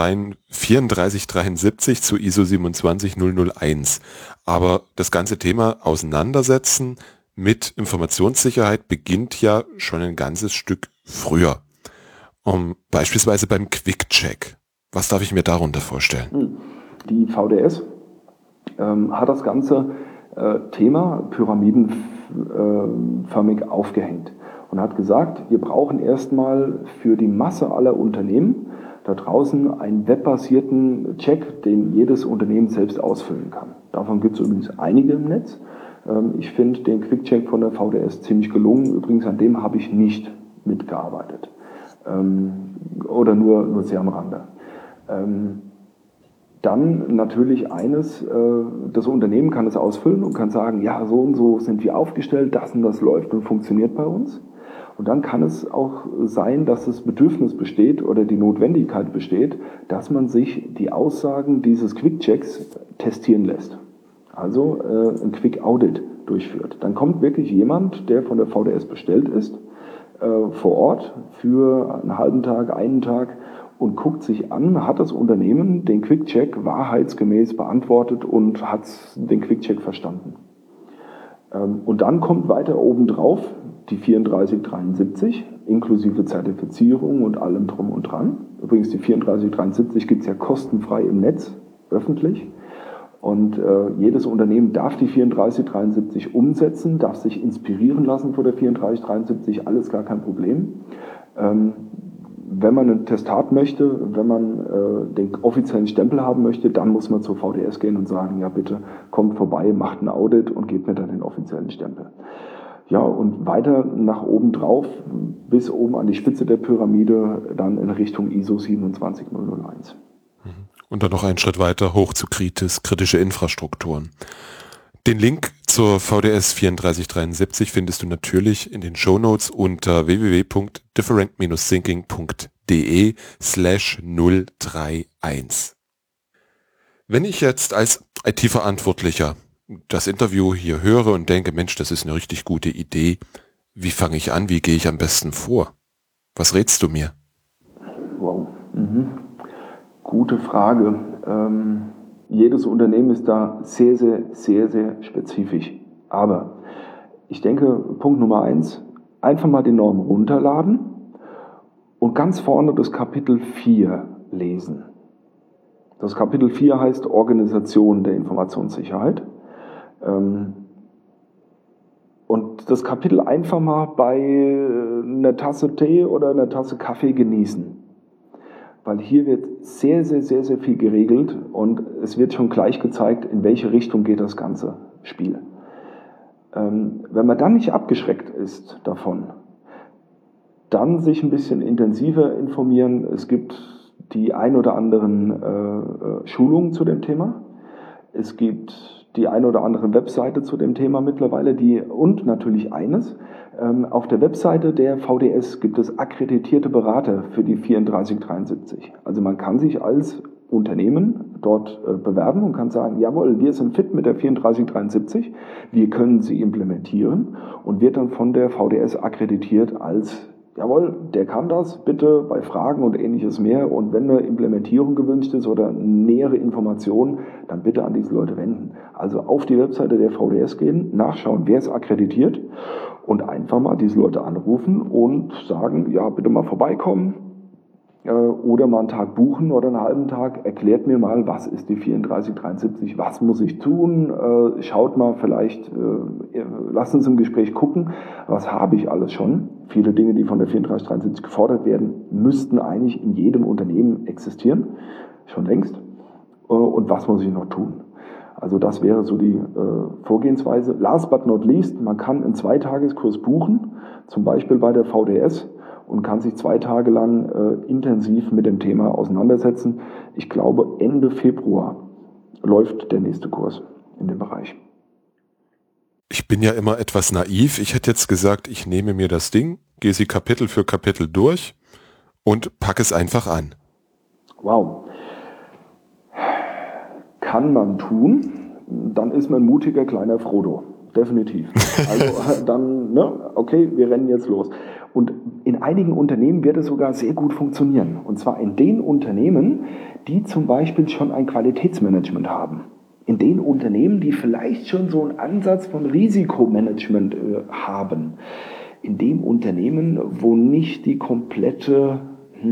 3473 zu ISO 27001. Aber das ganze Thema Auseinandersetzen mit Informationssicherheit beginnt ja schon ein ganzes Stück früher. Beispielsweise beim Quick-Check. Was darf ich mir darunter vorstellen? Die VDS hat das ganze Thema pyramidenförmig aufgehängt und hat gesagt, wir brauchen erstmal für die Masse aller Unternehmen da draußen einen webbasierten Check, den jedes Unternehmen selbst ausfüllen kann. Davon gibt es übrigens einige im Netz. Ich finde den Quick-Check von der VDS ziemlich gelungen. Übrigens an dem habe ich nicht mitgearbeitet. Oder nur sehr am Rande. Dann natürlich eines, das Unternehmen kann es ausfüllen und kann sagen, ja, so und so sind wir aufgestellt, das und das läuft und funktioniert bei uns. Und dann kann es auch sein, dass das Bedürfnis besteht oder die Notwendigkeit besteht, dass man sich die Aussagen dieses Quick-Checks testieren lässt. Also ein Quick-Audit durchführt. Dann kommt wirklich jemand, der von der VDS bestellt ist, vor Ort für einen halben Tag, einen Tag und guckt sich an, hat das Unternehmen den Quick-Check wahrheitsgemäß beantwortet und hat den Quick-Check verstanden. Und dann kommt weiter obendrauf die 3473 inklusive Zertifizierung und allem drum und dran. Übrigens die 3473 gibt es ja kostenfrei im Netz, öffentlich. Und jedes Unternehmen darf die 3473 umsetzen, darf sich inspirieren lassen von der 3473, alles gar kein Problem. Wenn man ein Testat möchte, wenn man den offiziellen Stempel haben möchte, dann muss man zur VDS gehen und sagen, ja bitte kommt vorbei, macht ein Audit und gebt mir dann den offiziellen Stempel. Ja, und weiter nach oben drauf, bis oben an die Spitze der Pyramide, dann in Richtung ISO 27001. Und dann noch einen Schritt weiter hoch zu kritische Infrastrukturen. Den Link zur VDS 3473 findest du natürlich in den Shownotes unter www.different-thinking.de/031. Wenn ich jetzt als IT-Verantwortlicher das Interview hier höre und denke, Mensch, das ist eine richtig gute Idee, wie fange ich an, wie gehe ich am besten vor? Was rätst du mir? Wow. Gute Frage. Jedes Unternehmen ist da sehr, sehr, sehr, sehr spezifisch. Aber ich denke, Punkt Nummer 1, einfach mal die Norm runterladen und ganz vorne das Kapitel 4 lesen. Das Kapitel 4 heißt Organisation der Informationssicherheit. Und das Kapitel einfach mal bei einer Tasse Tee oder einer Tasse Kaffee genießen. Weil hier wird sehr, sehr, sehr, sehr viel geregelt und es wird schon gleich gezeigt, in welche Richtung geht das ganze Spiel. Wenn man dann nicht abgeschreckt ist davon, dann sich ein bisschen intensiver informieren. Es gibt die ein oder anderen Schulungen zu dem Thema. Es gibt die eine oder andere Webseite zu dem Thema mittlerweile, und natürlich eines, auf der Webseite der VDS gibt es akkreditierte Berater für die 3473. Also man kann sich als Unternehmen dort bewerben und kann sagen, jawohl, wir sind fit mit der 3473, wir können sie implementieren und wird dann von der VDS akkreditiert als, jawohl, der kann das, bitte bei Fragen und ähnliches mehr, und wenn eine Implementierung gewünscht ist oder nähere Informationen, dann bitte an diese Leute wenden. Also auf die Webseite der VDS gehen, nachschauen, wer ist akkreditiert und einfach mal diese Leute anrufen und sagen, ja, bitte mal vorbeikommen oder mal einen Tag buchen oder einen halben Tag, erklärt mir mal, was ist die 3473, was muss ich tun, schaut mal vielleicht, lasst uns im Gespräch gucken, was habe ich alles schon. Viele Dinge, die von der 3473 gefordert werden, müssten eigentlich in jedem Unternehmen existieren, schon längst. Und was muss ich noch tun? Also das wäre so die Vorgehensweise. Last but not least, man kann einen 2-Tageskurs buchen, zum Beispiel bei der VDS, und kann sich 2 Tage lang intensiv mit dem Thema auseinandersetzen. Ich glaube, Ende Februar läuft der nächste Kurs in dem Bereich. Ich bin ja immer etwas naiv. Ich hätte jetzt gesagt, ich nehme mir das Ding, gehe sie Kapitel für Kapitel durch und packe es einfach an. Wow. Kann man tun, dann ist man ein mutiger kleiner Frodo. Definitiv. Also dann, okay, wir rennen jetzt los. Und in einigen Unternehmen wird es sogar sehr gut funktionieren. Und zwar in den Unternehmen, die zum Beispiel schon ein Qualitätsmanagement haben. In den Unternehmen, die vielleicht schon so einen Ansatz von Risikomanagement haben. In dem Unternehmen, wo nicht die komplette,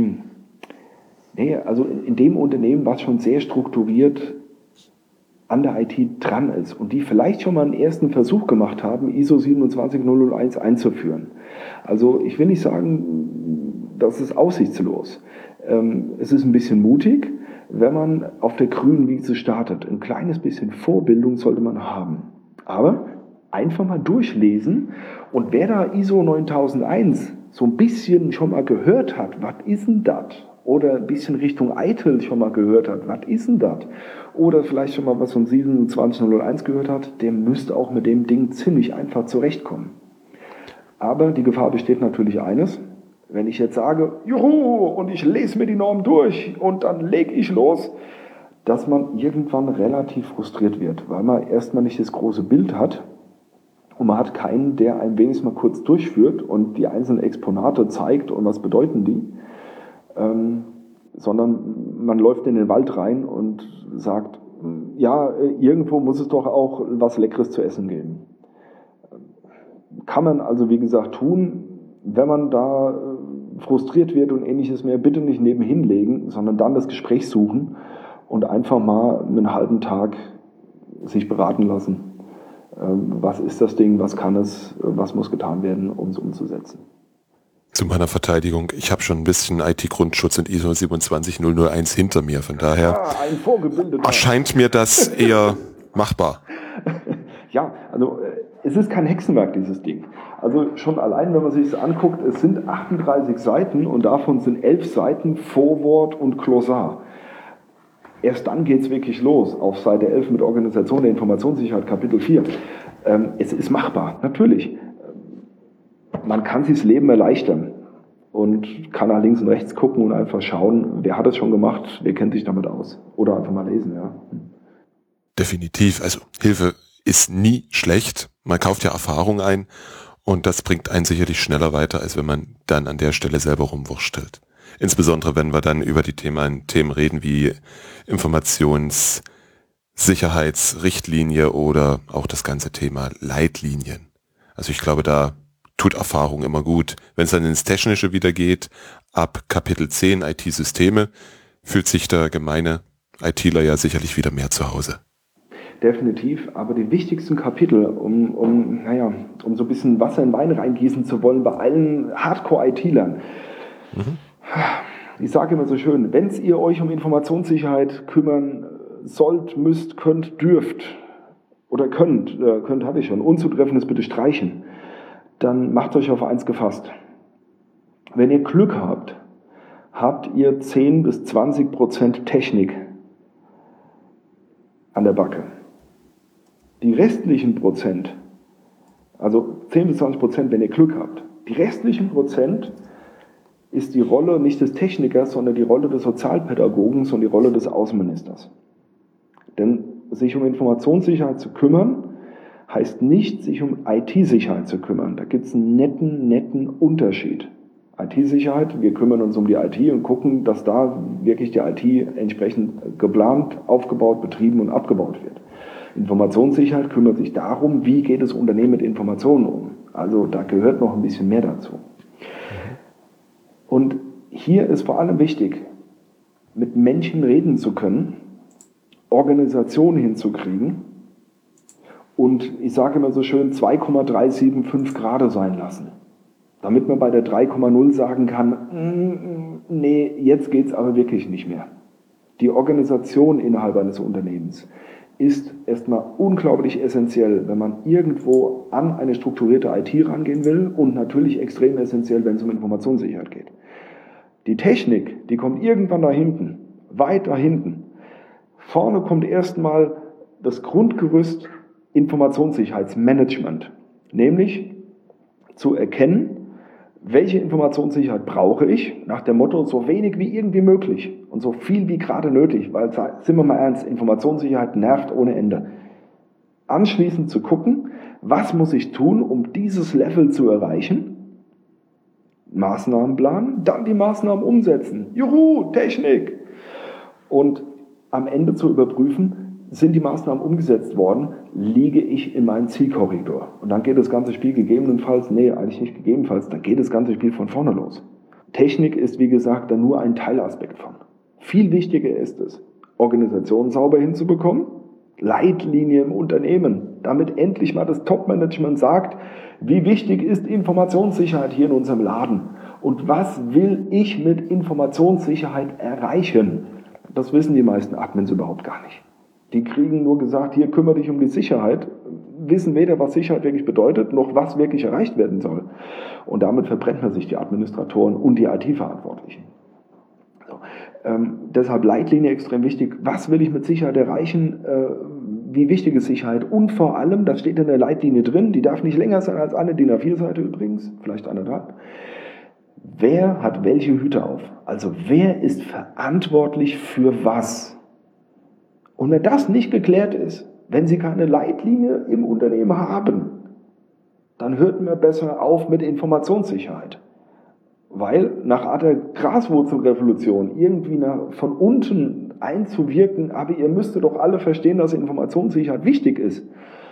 also in dem Unternehmen, was schon sehr strukturiert an der IT dran ist und die vielleicht schon mal einen ersten Versuch gemacht haben, ISO 27001 einzuführen. Also ich will nicht sagen, das ist aussichtslos. Es ist ein bisschen mutig, wenn man auf der grünen Wiese startet. Ein kleines bisschen Vorbildung sollte man haben. Aber einfach mal durchlesen, und wer da ISO 9001 so ein bisschen schon mal gehört hat, was ist denn das? Oder ein bisschen Richtung ITIL schon mal gehört hat, was ist denn das? Oder vielleicht schon mal was von 27001 gehört hat, der müsste auch mit dem Ding ziemlich einfach zurechtkommen. Aber die Gefahr besteht natürlich eines, wenn ich jetzt sage, juhu, und ich lese mir die Norm durch und dann lege ich los, dass man irgendwann relativ frustriert wird, weil man erstmal nicht das große Bild hat und man hat keinen, der einem wenigstens mal kurz durchführt und die einzelnen Exponate zeigt und was bedeuten die. Sondern man läuft in den Wald rein und sagt, ja, irgendwo muss es doch auch was Leckeres zu essen geben. Kann man also, wie gesagt, tun, wenn man da frustriert wird und ähnliches mehr, bitte nicht nebenhin legen, sondern dann das Gespräch suchen und einfach mal einen halben Tag sich beraten lassen. Was ist das Ding, was kann es, was muss getan werden, um es umzusetzen. Zu meiner Verteidigung, ich habe schon ein bisschen IT-Grundschutz und ISO 27001 hinter mir, von daher erscheint mir das eher machbar. Ja, also es ist kein Hexenwerk, dieses Ding. Also schon allein, wenn man sich das anguckt, es sind 38 Seiten und davon sind 11 Seiten Vorwort und Glossar. Erst dann geht es wirklich los, auf Seite 11 mit Organisation der Informationssicherheit, Kapitel 4. Es ist machbar, natürlich. Man kann sich das Leben erleichtern und kann nach links und rechts gucken und einfach schauen, wer hat es schon gemacht, wer kennt sich damit aus. Oder einfach mal lesen, ja. Definitiv, also Hilfe ist nie schlecht. Man kauft ja Erfahrung ein und das bringt einen sicherlich schneller weiter, als wenn man dann an der Stelle selber rumwurschtelt. Insbesondere, wenn wir dann über die Themen reden wie Informationssicherheitsrichtlinie oder auch das ganze Thema Leitlinien. Also ich glaube, da tut Erfahrung immer gut. Wenn es dann ins Technische wieder geht, ab Kapitel 10 IT-Systeme, fühlt sich der gemeine ITler ja sicherlich wieder mehr zu Hause. Definitiv, aber die wichtigsten Kapitel, um so ein bisschen Wasser in Wein reingießen zu wollen bei allen Hardcore-IT-Lern. Ich sage immer so schön, wenn ihr euch um Informationssicherheit kümmern sollt, müsst, könnt, dürft oder könnt hatte ich schon, Unzutreffendes bitte streichen, dann macht euch auf eins gefasst. Wenn ihr Glück habt, habt ihr 10-20% Technik an der Backe. Die restlichen Prozent, also 10-20%, wenn ihr Glück habt, die restlichen Prozent ist die Rolle nicht des Technikers, sondern die Rolle des Sozialpädagogen und die Rolle des Außenministers. Denn sich um Informationssicherheit zu kümmern, heißt nicht, sich um IT-Sicherheit zu kümmern. Da gibt es einen netten Unterschied. IT-Sicherheit, wir kümmern uns um die IT und gucken, dass da wirklich die IT entsprechend geplant, aufgebaut, betrieben und abgebaut wird. Informationssicherheit kümmert sich darum, wie geht das Unternehmen mit Informationen um. Also da gehört noch ein bisschen mehr dazu. Und hier ist vor allem wichtig, mit Menschen reden zu können, Organisationen hinzukriegen und ich sage immer so schön 2,375 Grad sein lassen. Damit man bei der 3,0 sagen kann, nee, jetzt geht es aber wirklich nicht mehr. Die Organisation innerhalb eines Unternehmens ist erstmal unglaublich essentiell, wenn man irgendwo an eine strukturierte IT rangehen will und natürlich extrem essentiell, wenn es um Informationssicherheit geht. Die Technik, die kommt irgendwann da hinten, weit da hinten. Vorne kommt erstmal das Grundgerüst Informationssicherheitsmanagement, nämlich zu erkennen, welche Informationssicherheit brauche ich, nach dem Motto, so wenig wie irgendwie möglich und so viel wie gerade nötig, weil, sind wir mal ernst, Informationssicherheit nervt ohne Ende. Anschließend zu gucken, was muss ich tun, um dieses Level zu erreichen, Maßnahmen planen, dann die Maßnahmen umsetzen. Juhu, Technik! Und am Ende zu überprüfen, sind die Maßnahmen umgesetzt worden, liege ich in meinem Zielkorridor. Und dann geht das ganze Spiel gegebenenfalls, eigentlich nicht gegebenenfalls, dann geht das ganze Spiel von vorne los. Technik ist, wie gesagt, dann nur ein Teilaspekt von. Viel wichtiger ist es, Organisationen sauber hinzubekommen, Leitlinie im Unternehmen, damit endlich mal das Top-Management sagt, wie wichtig ist Informationssicherheit hier in unserem Laden und was will ich mit Informationssicherheit erreichen. Das wissen die meisten Admins überhaupt gar nicht. Die kriegen nur gesagt, hier kümmere dich um die Sicherheit, wissen weder, was Sicherheit wirklich bedeutet, noch was wirklich erreicht werden soll. Und damit verbrennt man sich die Administratoren und die IT-Verantwortlichen. Deshalb Leitlinie extrem wichtig. Was will ich mit Sicherheit erreichen? Wie wichtig ist Sicherheit? Und vor allem, das steht in der Leitlinie drin, die darf nicht länger sein als eine DIN A4-Seite übrigens, vielleicht 1,5. Wer hat welche Hüte auf? Also wer ist verantwortlich für was? Und wenn das nicht geklärt ist, wenn Sie keine Leitlinie im Unternehmen haben, dann hört man besser auf mit Informationssicherheit. Weil nach Art der Graswurzelrevolution irgendwie von unten einzuwirken, aber ihr müsstet doch alle verstehen, dass Informationssicherheit wichtig ist.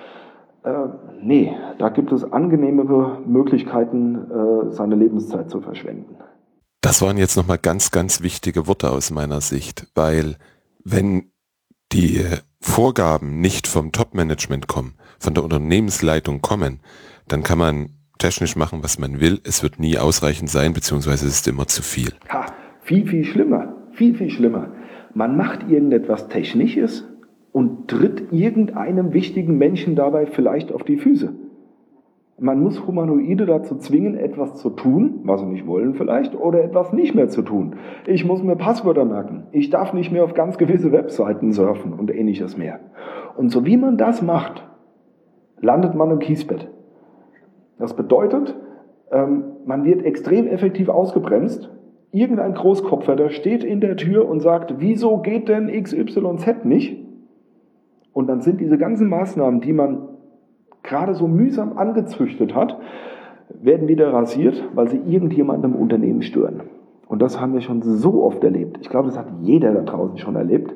Nee, da gibt es angenehmere Möglichkeiten, seine Lebenszeit zu verschwenden. Das waren jetzt nochmal ganz, ganz wichtige Worte aus meiner Sicht, weil wenn die Vorgaben nicht vom Top-Management kommen, von der Unternehmensleitung kommen, dann kann man technisch machen, was man will. Es wird nie ausreichend sein, beziehungsweise es ist immer zu viel. Viel schlimmer. Viel schlimmer. Man macht irgendetwas Technisches und tritt irgendeinem wichtigen Menschen dabei vielleicht auf die Füße. Man muss Humanoide dazu zwingen, etwas zu tun, was sie nicht wollen vielleicht, oder etwas nicht mehr zu tun. Ich muss mir Passwörter merken. Ich darf nicht mehr auf ganz gewisse Webseiten surfen und ähnliches mehr. Und so wie man das macht, landet man im Kiesbett. Das bedeutet, man wird extrem effektiv ausgebremst. Irgendein Großkopfer, der steht in der Tür und sagt, wieso geht denn XYZ nicht? Und dann sind diese ganzen Maßnahmen, die man gerade so mühsam angezüchtet hat, werden wieder rasiert, weil sie irgendjemandem im Unternehmen stören. Und das haben wir schon so oft erlebt. Ich glaube, das hat jeder da draußen schon erlebt.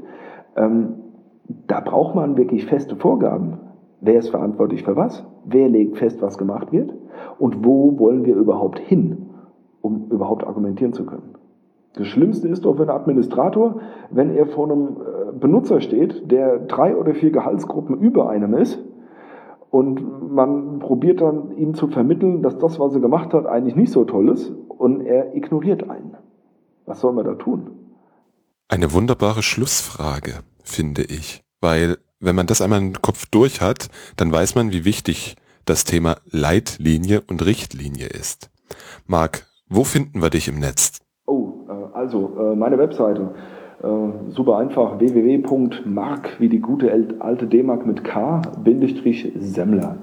Da braucht man wirklich feste Vorgaben. Wer ist verantwortlich für was? Wer legt fest, was gemacht wird? Und wo wollen wir überhaupt hin, um überhaupt argumentieren zu können? Das Schlimmste ist doch für einen Administrator, wenn er vor einem Benutzer steht, der 3 oder 4 Gehaltsgruppen über einem ist, und man probiert dann ihm zu vermitteln, dass das, was er gemacht hat, eigentlich nicht so toll ist, und er ignoriert einen. Was soll man da tun? Eine wunderbare Schlussfrage, finde ich. Weil, wenn man das einmal im Kopf durch hat, dann weiß man, wie wichtig das Thema Leitlinie und Richtlinie ist. Marc, wo finden wir dich im Netz? Meine Webseite Super einfach, www.mark, wie die gute alte D-Mark mit K, Bindestrich Semmler,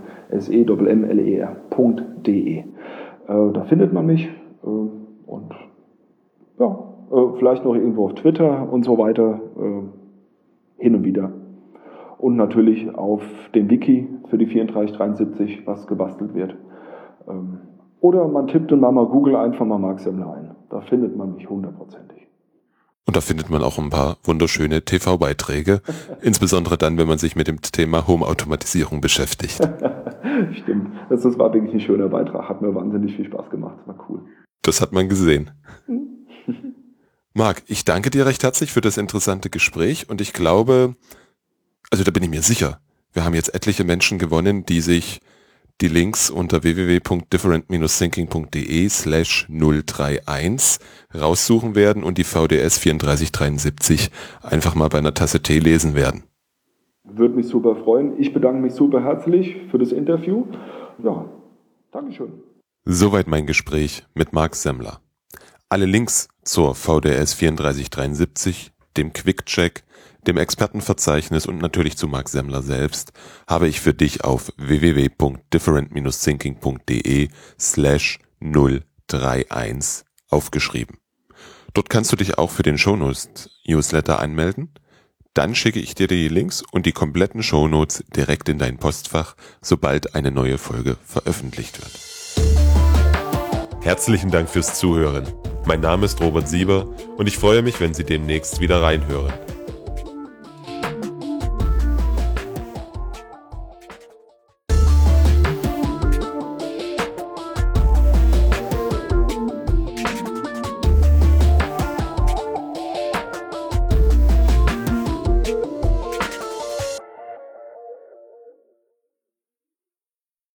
SEMMLER.de. Da findet man mich und ja, vielleicht noch irgendwo auf Twitter und so weiter, hin und wieder. Und natürlich auf dem Wiki für die 3473, was gebastelt wird. Oder man tippt in mal Google einfach mal Mark Semmler ein. Da findet man mich 100%. Und da findet man auch ein paar wunderschöne TV-Beiträge, insbesondere dann, wenn man sich mit dem Thema Home-Automatisierung beschäftigt. Stimmt, das war wirklich ein schöner Beitrag, hat mir wahnsinnig viel Spaß gemacht, das war cool. Das hat man gesehen. Mark, ich danke dir recht herzlich für das interessante Gespräch und ich glaube, also da bin ich mir sicher, wir haben jetzt etliche Menschen gewonnen, die sich die Links unter www.different-thinking.de/031 raussuchen werden und die VDS 3473 einfach mal bei einer Tasse Tee lesen werden. Würde mich super freuen. Ich bedanke mich super herzlich für das Interview. Ja, Dankeschön. Soweit mein Gespräch mit Mark Semmler. Alle Links zur VDS 3473, dem Quick-Check, dem Expertenverzeichnis und natürlich zu Mark Semmler selbst habe ich für dich auf www.different-thinking.de/031 aufgeschrieben. Dort kannst du dich auch für den Shownotes-Newsletter anmelden. Dann schicke ich dir die Links und die kompletten Shownotes direkt in dein Postfach, sobald eine neue Folge veröffentlicht wird. Herzlichen Dank fürs Zuhören. Mein Name ist Robert Sieber und ich freue mich, wenn Sie demnächst wieder reinhören.